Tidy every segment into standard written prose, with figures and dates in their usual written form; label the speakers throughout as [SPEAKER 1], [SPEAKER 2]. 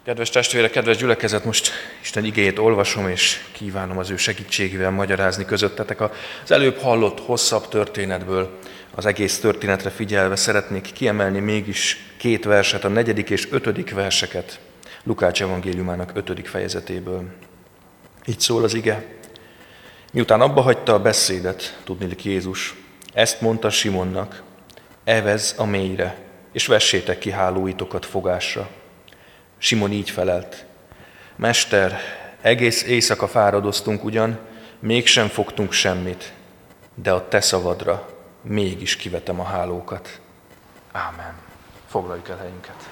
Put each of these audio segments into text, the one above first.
[SPEAKER 1] Kedves testvérek, kedves gyülekezet, most Isten igéjét olvasom, és kívánom az ő segítségével magyarázni közöttetek. Az előbb hallott hosszabb történetből az egész történetre figyelve szeretnék kiemelni mégis két verset, a 4. és 5. verseket Lukács evangéliumának 5. fejezetéből. Így szól az ige. Miután abba hagyta a beszédet, tudniillik Jézus, ezt mondta Simonnak, evezz a mélyre, és vessétek ki hálóitokat fogásra. Simon így felelt, Mester, egész éjszaka fáradoztunk ugyan, mégsem fogtunk semmit, de a te szavadra mégis kivetem a hálókat. Ámen. Foglaljuk el helyünket.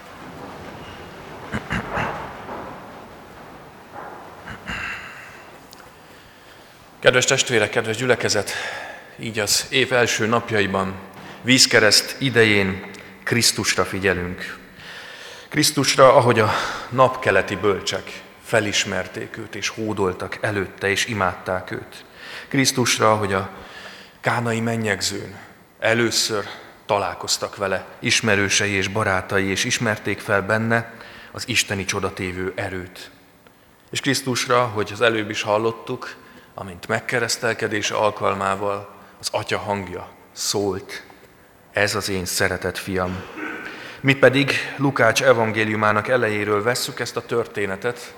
[SPEAKER 1] Kedves testvérek, kedves gyülekezet, így az év első napjaiban, vízkereszt idején Krisztusra figyelünk. Krisztusra, ahogy a napkeleti bölcsek felismerték őt, és hódoltak előtte, és imádták őt. Krisztusra, ahogy a kánai mennyegzőn először találkoztak vele ismerősei és barátai, és ismerték fel benne az isteni csodatévő erőt. És Krisztusra, hogy az előbb is hallottuk, amint megkeresztelkedése alkalmával az Atya hangja szólt, ez az én szeretett fiam. Mi pedig Lukács evangéliumának elejéről vesszük ezt a történetet,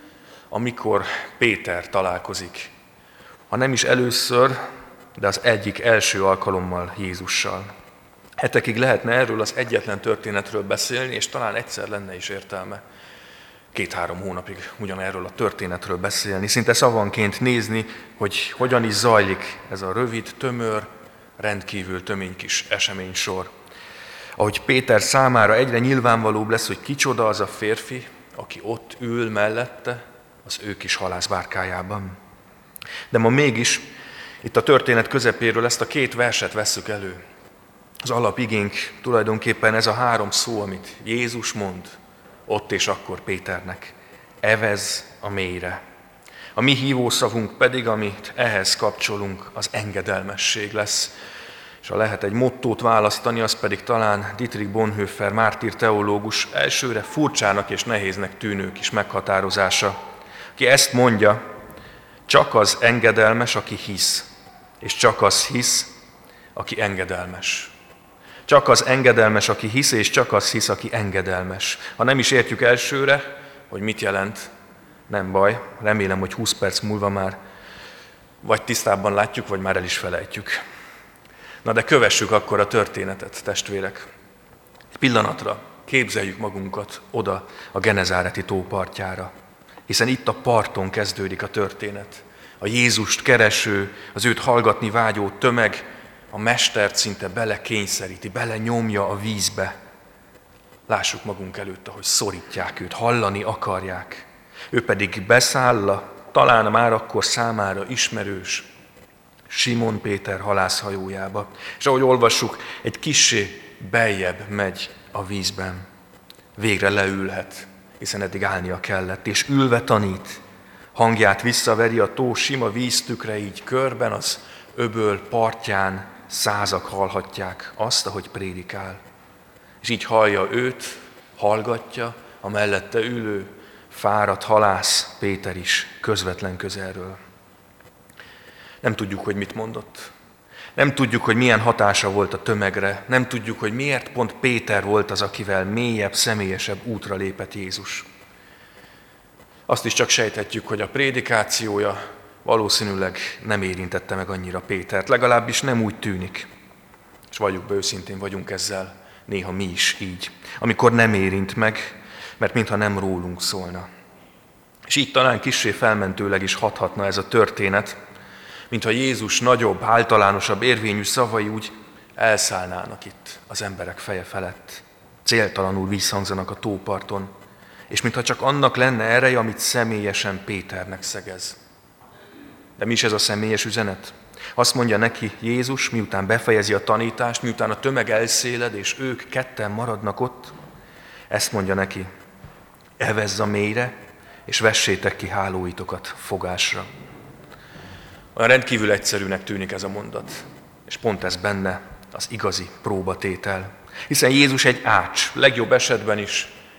[SPEAKER 1] amikor Péter találkozik, ha nem is először, de az egyik első alkalommal Jézussal. Hetekig lehetne erről az egyetlen történetről beszélni, és talán egyszer lenne is értelme 2-3 hónapig ugyanerről a történetről beszélni, szinte szavanként nézni, hogy hogyan is zajlik ez a rövid, tömör, rendkívül tömény kis eseménysor. Ahogy Péter számára egyre nyilvánvalóbb lesz, hogy kicsoda az a férfi, aki ott ül mellette az ő kis halászbárkájában. De ma mégis itt a történet közepéről ezt a 2 verset vesszük elő. Az alapigénk tulajdonképpen ez a 3 szó, amit Jézus mond ott és akkor Péternek. Evezz a mélyre. A mi hívószavunk pedig, amit ehhez kapcsolunk, az engedelmesség lesz. És ha lehet egy mottót választani, az pedig talán Dietrich Bonhoeffer, mártír teológus elsőre furcsának és nehéznek tűnő kis meghatározása, aki ezt mondja, csak az engedelmes, aki hisz, és csak az hisz, aki engedelmes. Csak az engedelmes, aki hisz, és csak az hisz, aki engedelmes. Ha nem is értjük elsőre, hogy mit jelent, nem baj, remélem, hogy 20 perc múlva már vagy tisztábban látjuk, vagy már el is felejtjük. Na de kövessük akkor a történetet, testvérek. Egy pillanatra képzeljük magunkat oda a Genezáreti tó partjára, hiszen itt a parton kezdődik a történet. A Jézust kereső, az őt hallgatni vágyó tömeg a mestert szinte belekényszeríti, belenyomja a vízbe. Lássuk magunk előtt, ahogy szorítják őt, hallani akarják. Ő pedig beszáll talán már akkor számára ismerős Simon Péter halászhajójába. És ahogy olvassuk, egy kissé beljebb megy a vízben. Végre leülhet, hiszen eddig állnia kellett, és ülve tanít. Hangját visszaveri a tó sima víztükre, így körben az öböl partján százak hallhatják azt, ahogy prédikál. És így hallja őt, hallgatja a mellette ülő, fáradt halász Péter is közvetlen közelről. Nem tudjuk, hogy mit mondott. Nem tudjuk, hogy milyen hatása volt a tömegre. Nem tudjuk, hogy miért pont Péter volt az, akivel mélyebb, személyesebb útra lépett Jézus. Azt is csak sejthetjük, hogy a prédikációja valószínűleg nem érintette meg annyira Pétert. Legalábbis nem úgy tűnik. És valljuk be, őszintén vagyunk ezzel, néha mi is így. Amikor nem érint meg, mert mintha nem rólunk szólna. És így talán kissé felmentőleg is hathatna ez a történet, mintha Jézus nagyobb, általánosabb érvényű szavai úgy elszállnának itt az emberek feje felett. Céltalanul visszhangzanak a tóparton, és mintha csak annak lenne ereje, amit személyesen Péternek szegez. De mi is ez a személyes üzenet? Azt mondja neki Jézus, miután befejezi a tanítást, miután a tömeg elszéled, és ők ketten maradnak ott, ezt mondja neki, evezz a mélyre, és vessétek ki hálóitokat fogásra. Olyan rendkívül egyszerűnek tűnik ez a mondat, és pont ez benne az igazi próbatétel. Hiszen Jézus egy ács, legjobb esetben is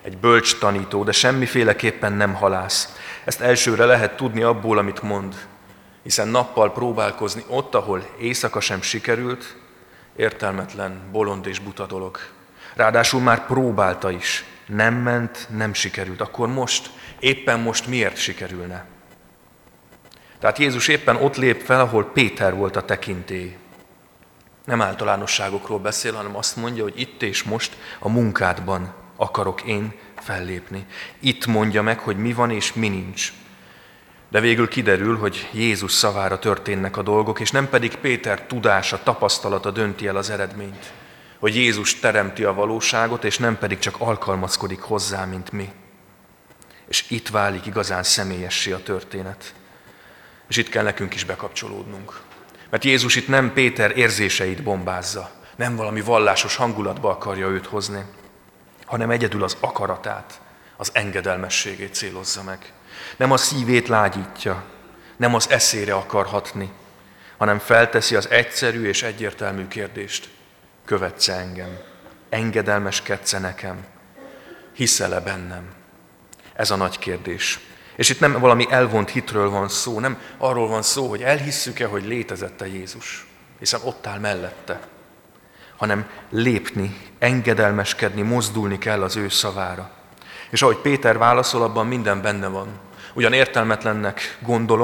[SPEAKER 1] egy bölcs tanító, de semmiféleképpen nem halász. Ezt elsőre lehet tudni abból, amit mond, hiszen nappal próbálkozni ott, ahol éjszaka sem sikerült, értelmetlen, bolond és buta dolog. Ráadásul már próbálta is, nem ment, nem sikerült. Akkor most, éppen most miért sikerülne? Tehát Jézus éppen ott lép fel, ahol Péter volt a tekintély. Nem általánosságokról beszél, hanem azt mondja, hogy itt és most a munkádban akarok én fellépni. Itt mondja meg, hogy mi van és mi nincs. De végül kiderül, hogy Jézus szavára történnek a dolgok, és nem pedig Péter tudása, tapasztalata dönti el az eredményt. Hogy Jézus teremti a valóságot, és nem pedig csak alkalmazkodik hozzá, mint mi. És itt válik igazán személyessé a történet. És itt kell nekünk is bekapcsolódnunk. Mert Jézus itt nem Péter érzéseit bombázza, nem valami vallásos hangulatba akarja őt hozni, hanem egyedül az akaratát, az engedelmességét célozza meg. Nem a szívét lágyítja, nem az eszére akar hatni, hanem felteszi az egyszerű és egyértelmű kérdést. Követsz engem? Engedelmeskedsz nekem? Hiszel-e bennem? Ez a nagy kérdés. És itt nem valami elvont hitről van szó, nem arról van szó, hogy elhisszük-e, hogy létezett-e Jézus, hiszen ott áll mellette, hanem lépni, engedelmeskedni, mozdulni kell az ő szavára. És ahogy Péter válaszol, abban minden benne van. Ugyan értelmetlennek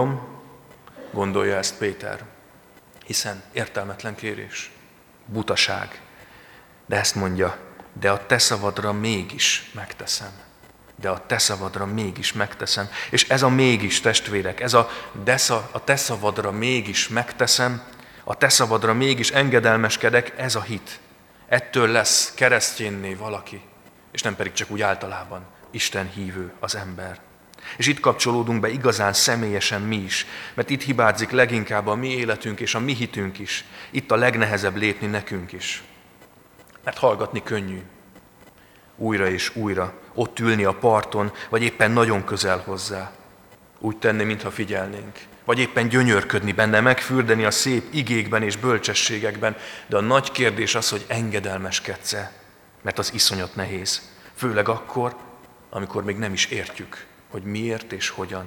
[SPEAKER 1] gondolja ezt Péter, hiszen értelmetlen kérés, butaság. De ezt mondja, de a te szavadra mégis megteszem. De a te szavadra mégis megteszem. És ez a mégis, testvérek, ez a te szavadra mégis megteszem, a te szavadra mégis engedelmeskedek, ez a hit. Ettől lesz keresztjénné valaki, és nem pedig csak úgy általában Isten hívő az ember. És itt kapcsolódunk be igazán személyesen mi is, mert itt hibázik leginkább a mi életünk és a mi hitünk is. Itt a legnehezebb lépni nekünk is. Mert hallgatni könnyű. Újra és újra, ott ülni a parton, vagy éppen nagyon közel hozzá. Úgy tenni, mintha figyelnénk. Vagy éppen gyönyörködni benne, megfürdeni a szép igékben és bölcsességekben. De a nagy kérdés az, hogy engedelmeskedsz-e, mert az iszonyat nehéz. Főleg akkor, amikor még nem is értjük, hogy miért és hogyan.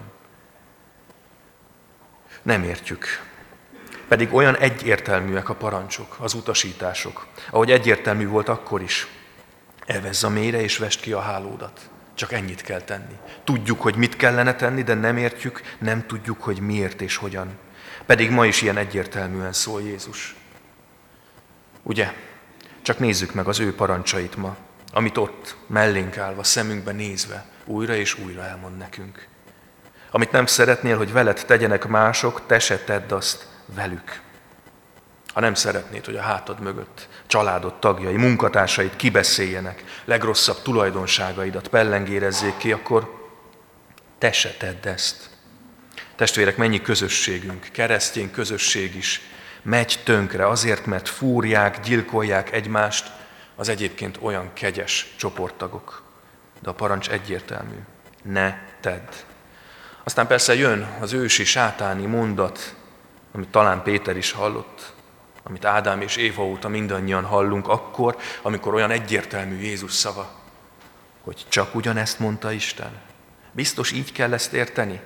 [SPEAKER 1] Nem értjük. Pedig olyan egyértelműek a parancsok, az utasítások, ahogy egyértelmű volt akkor is. Evezz a mélyre és vesd ki a hálódat. Csak ennyit kell tenni. Tudjuk, hogy mit kellene tenni, de nem értjük, nem tudjuk, hogy miért és hogyan. Pedig ma is ilyen egyértelműen szól Jézus. Ugye? Csak nézzük meg az ő parancsait ma, amit ott mellénk állva, szemünkbe nézve, újra és újra elmond nekünk. Amit nem szeretnél, hogy veled tegyenek mások, te se tedd azt velük. Ha nem szeretnéd, hogy a hátad mögött családod tagjai, munkatársait kibeszéljenek, legrosszabb tulajdonságaidat pellengérezzék ki, akkor te se tedd ezt. Testvérek, mennyi közösségünk, keresztény közösség is megy tönkre azért, mert fúrják, gyilkolják egymást az egyébként olyan kegyes csoporttagok. De a parancs egyértelmű. Ne tedd. Aztán persze jön az ősi sátáni mondat, amit talán Péter is hallott, amit Ádám és Éva óta mindannyian hallunk akkor, amikor olyan egyértelmű Jézus szava, hogy csak ugyanezt mondta Isten. Biztos így kell ezt érteni?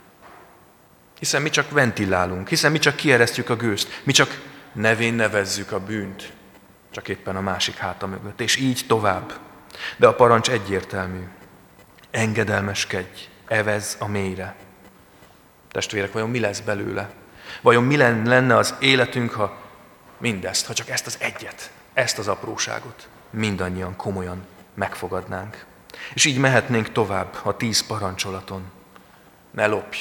[SPEAKER 1] Hiszen mi csak ventilálunk, hiszen mi csak kieresztjük a gőzt, mi csak nevén nevezzük a bűnt, csak éppen a másik háta mögött, és így tovább. De a parancs egyértelmű. Engedelmeskedj, evezz a mélyre. Testvérek, vajon mi lesz belőle? Vajon mi lenne az életünk, ha mindezt, ha csak ezt az egyet, ezt az apróságot mindannyian komolyan megfogadnánk. És így mehetnénk tovább a 10 parancsolaton. Ne lopj,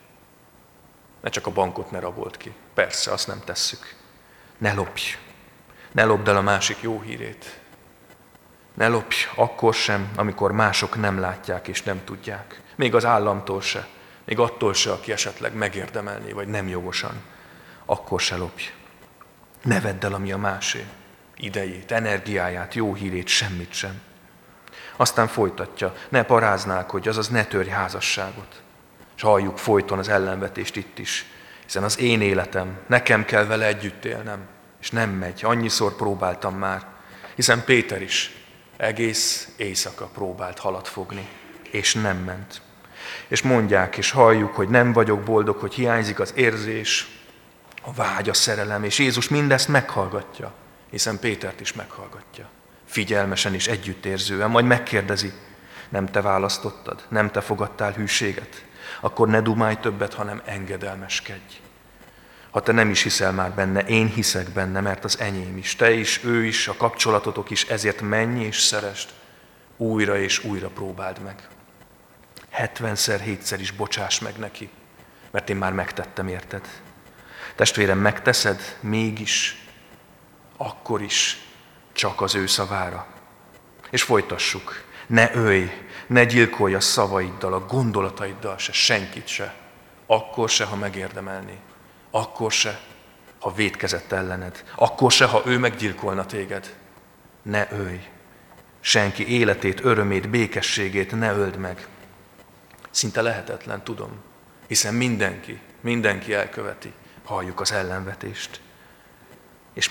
[SPEAKER 1] ne csak a bankot ne rabold ki. Persze, azt nem tesszük. Ne lopj, ne lopd el a másik jó hírét. Ne lopj akkor sem, amikor mások nem látják és nem tudják. Még az államtól se, még attól se, aki esetleg megérdemelné, vagy nem jogosan. Akkor se lopj. Ne vedd el, ami a másé. Idejét, energiáját, jó hírét, semmit sem. Aztán folytatja, ne paráználkodj, azaz ne törj házasságot. És halljuk folyton az ellenvetést itt is, hiszen az én életem, nekem kell vele együtt élnem, és nem megy, annyiszor próbáltam már, hiszen Péter is Egész éjszaka próbált halat fogni, és nem ment. És mondják, és halljuk, hogy nem vagyok boldog, hogy hiányzik az érzés, a vágy, a szerelem, és Jézus mindezt meghallgatja, hiszen Pétert is meghallgatja. Figyelmesen és együttérzően, majd megkérdezi, nem te választottad, nem te fogadtál hűséget, akkor ne dumálj többet, hanem engedelmeskedj. Ha te nem is hiszel már benne, én hiszek benne, mert az enyém is, te is, ő is, a kapcsolatotok is, ezért menj és szeresd, újra és újra próbáld meg. 70-szer, 7-szer is bocsáss meg neki, mert én már megtettem, érted? Testvérem, megteszed mégis, akkor is csak az ő szavára. És folytassuk. Ne ölj, ne gyilkolj a szavaiddal, a gondolataiddal se, senkit se. Akkor se, ha megérdemelné. Akkor se, ha vétkezett ellened. Akkor se, ha ő meggyilkolna téged. Ne ölj. Senki életét, örömét, békességét ne öld meg. Szinte lehetetlen, tudom, hiszen mindenki elköveti. Halljuk az ellenvetést. És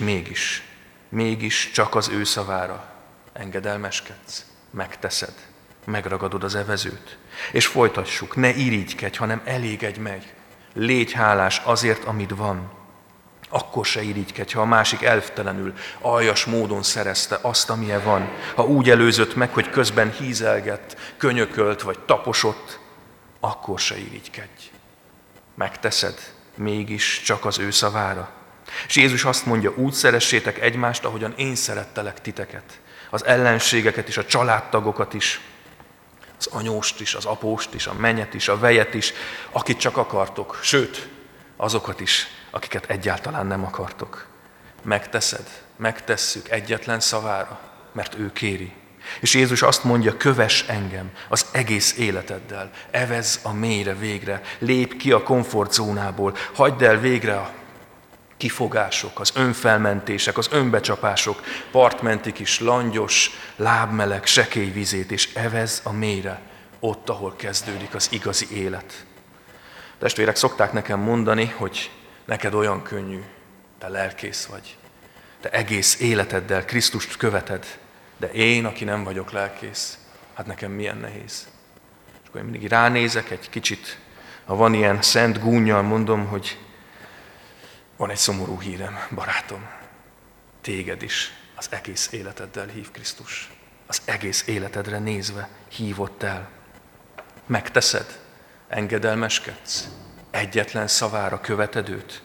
[SPEAKER 1] mégis csak az ő szavára engedelmeskedsz, megteszed, megragadod az evezőt. És folytassuk, ne irigykedj, hanem elégedj meg. Légy hálás azért, amit van. Akkor se irigykedj, ha a másik elvtelenül, aljas módon szerezte azt, amilyen van. Ha úgy előzött meg, hogy közben hízelgett, könyökölt vagy taposott, akkor se irigykedj. Megteszed, mégis csak az ő szavára. És Jézus azt mondja, úgy szeressétek egymást, ahogyan én szerettelek titeket. Az ellenségeket is, a családtagokat is, az anyóst is, az apóst is, a menyet is, a vejet is, akit csak akartok, sőt, azokat is, akiket egyáltalán nem akartok. Megtesszük egyetlen szavára, mert ő kéri. És Jézus azt mondja, kövess engem az egész életeddel, evezz a mélyre végre, lépj ki a komfortzónából, hagyd el végre a kifogások, az önfelmentések, az önbecsapások, partmenti kis langyos, lábmeleg, sekély vizét, és evezz a mélyre, ott, ahol kezdődik az igazi élet. Testvérek, szokták nekem mondani, hogy neked olyan könnyű, te lelkész vagy, te egész életeddel Krisztust követed, de én, aki nem vagyok lelkész, hát nekem milyen nehéz. És akkor én mindig ránézek egy kicsit, ha van ilyen szent gúnnyal, mondom, hogy van egy szomorú hírem, barátom. Téged is az egész életeddel hív Krisztus. Az egész életedre nézve hívott el. Megteszed, engedelmeskedsz, egyetlen szavára követed őt.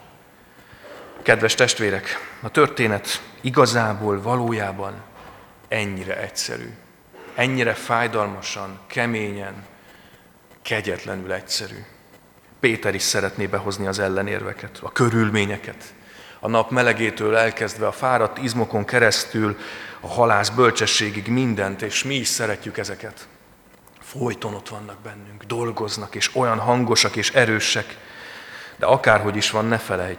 [SPEAKER 1] Kedves testvérek, a történet igazából, valójában ennyire egyszerű, ennyire fájdalmasan, keményen, kegyetlenül egyszerű. Péter is szeretné behozni az ellenérveket, a körülményeket. A nap melegétől elkezdve a fáradt izmokon keresztül, a halász bölcsességig mindent, és mi is szeretjük ezeket. Folyton ott vannak bennünk, dolgoznak, és olyan hangosak és erősek, de akárhogy is van,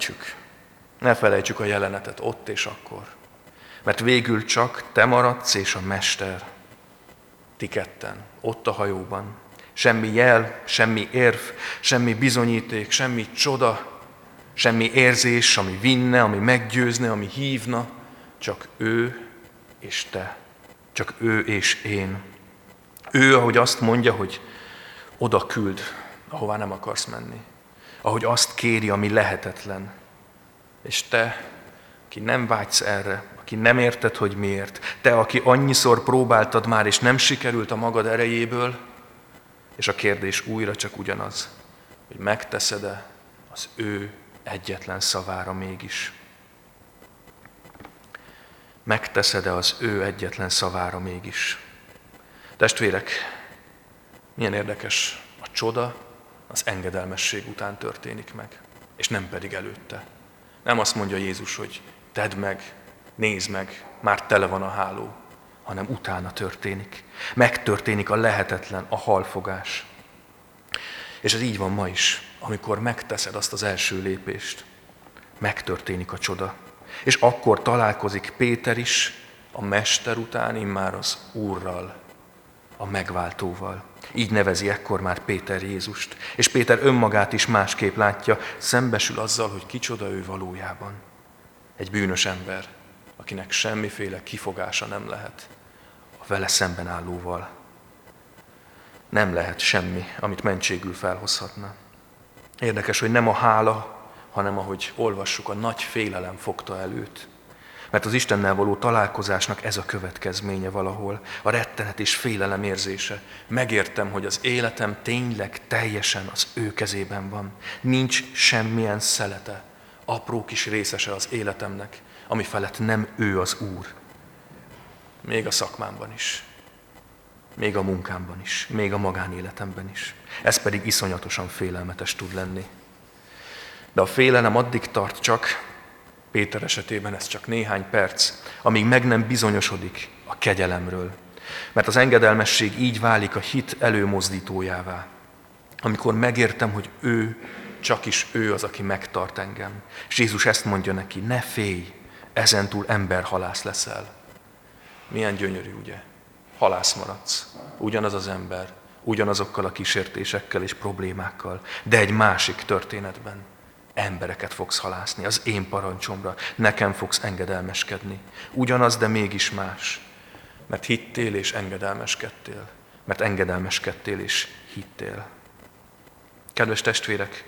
[SPEAKER 1] ne felejtsük a jelenetet ott és akkor. Mert végül csak te maradsz és a Mester, ti ketten, ott a hajóban. Semmi jel, semmi érv, semmi bizonyíték, semmi csoda, semmi érzés, ami vinne, ami meggyőzne, ami hívna, csak ő és te, csak ő és én. Ő, ahogy azt mondja, hogy oda küld, ahová nem akarsz menni. Ahogy azt kéri, ami lehetetlen. És te, aki nem vágysz erre, aki nem érted, hogy miért, te, aki annyiszor próbáltad már, és nem sikerült a magad erejéből, és a kérdés újra csak ugyanaz, hogy megteszed-e az ő egyetlen szavára mégis. Megteszed-e az ő egyetlen szavára mégis. Testvérek, milyen érdekes, a csoda az engedelmesség után történik meg, és nem pedig előtte. Nem azt mondja Jézus, hogy tedd meg, nézd meg, már tele van a háló, hanem utána történik. Megtörténik a lehetetlen, a halfogás. És ez így van ma is, amikor megteszed azt az első lépést, megtörténik a csoda. És akkor találkozik Péter is a Mester után immár az Úrral, a megváltóval. Így nevezi ekkor már Péter Jézust. És Péter önmagát is másképp látja, szembesül azzal, hogy kicsoda ő valójában. Egy bűnös ember, akinek semmiféle kifogása nem lehet. vele szemben állóval. Nem lehet semmi, amit mentségül felhozhatna. Érdekes, hogy nem a hála, hanem ahogy olvassuk, a nagy félelem fogta el őt. Mert az Istennel való találkozásnak ez a következménye valahol, a rettenet és félelem érzése. Megértem, hogy az életem tényleg teljesen az ő kezében van. Nincs semmilyen szelete, apró kis részese az életemnek, ami felett nem ő az Úr. Még a szakmámban is, még a munkámban is, még a magánéletemben is. Ez pedig iszonyatosan félelmetes tud lenni. De a félelem addig tart csak, Péter esetében ez csak néhány perc, amíg meg nem bizonyosodik a kegyelemről. Mert az engedelmesség így válik a hit előmozdítójává. Amikor megértem, hogy csak is ő az, aki megtart engem. És Jézus ezt mondja neki, ne félj, ezentúl emberhalász leszel. Milyen gyönyörű, ugye? Halász maradsz. Ugyanaz az ember, ugyanazokkal a kísértésekkel és problémákkal, de egy másik történetben. Embereket fogsz halászni, az én parancsomra, nekem fogsz engedelmeskedni. Ugyanaz, de mégis más. Mert hittél és engedelmeskedtél. Mert engedelmeskedtél és hittél. Kedves testvérek,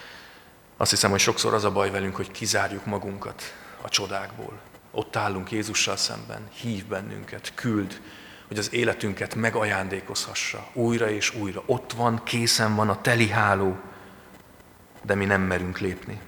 [SPEAKER 1] azt hiszem, hogy sokszor az a baj velünk, hogy kizárjuk magunkat a csodákból. Ott állunk Jézussal szemben, hív bennünket, küld, hogy az életünket megajándékozhassa újra és újra. Ott van, készen van a teli háló, de mi nem merünk lépni.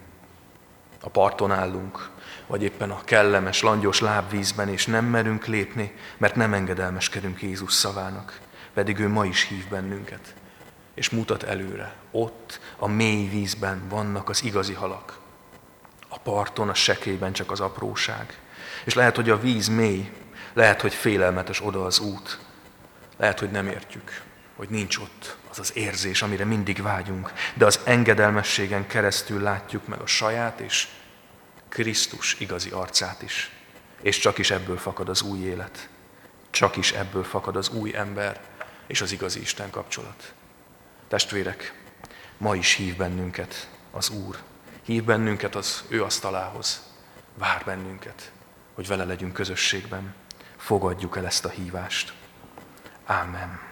[SPEAKER 1] A parton állunk, vagy éppen a kellemes, langyos lábvízben, és nem merünk lépni, mert nem engedelmeskedünk Jézus szavának. Pedig ő ma is hív bennünket, és mutat előre. Ott, a mély vízben vannak az igazi halak. A parton, a sekélyben csak az apróság. És lehet, hogy a víz mély, lehet, hogy félelmetes oda az út. Lehet, hogy nem értjük, hogy nincs ott az az érzés, amire mindig vágyunk, de az engedelmességen keresztül látjuk meg a saját és Krisztus igazi arcát is. És csak is ebből fakad az új élet. Csak is ebből fakad az új ember és az igazi Isten kapcsolat. Testvérek, ma is hív bennünket az Úr. Hív bennünket az ő asztalához. Vár bennünket, hogy vele legyünk közösségben. Fogadjuk el ezt a hívást. Ámen.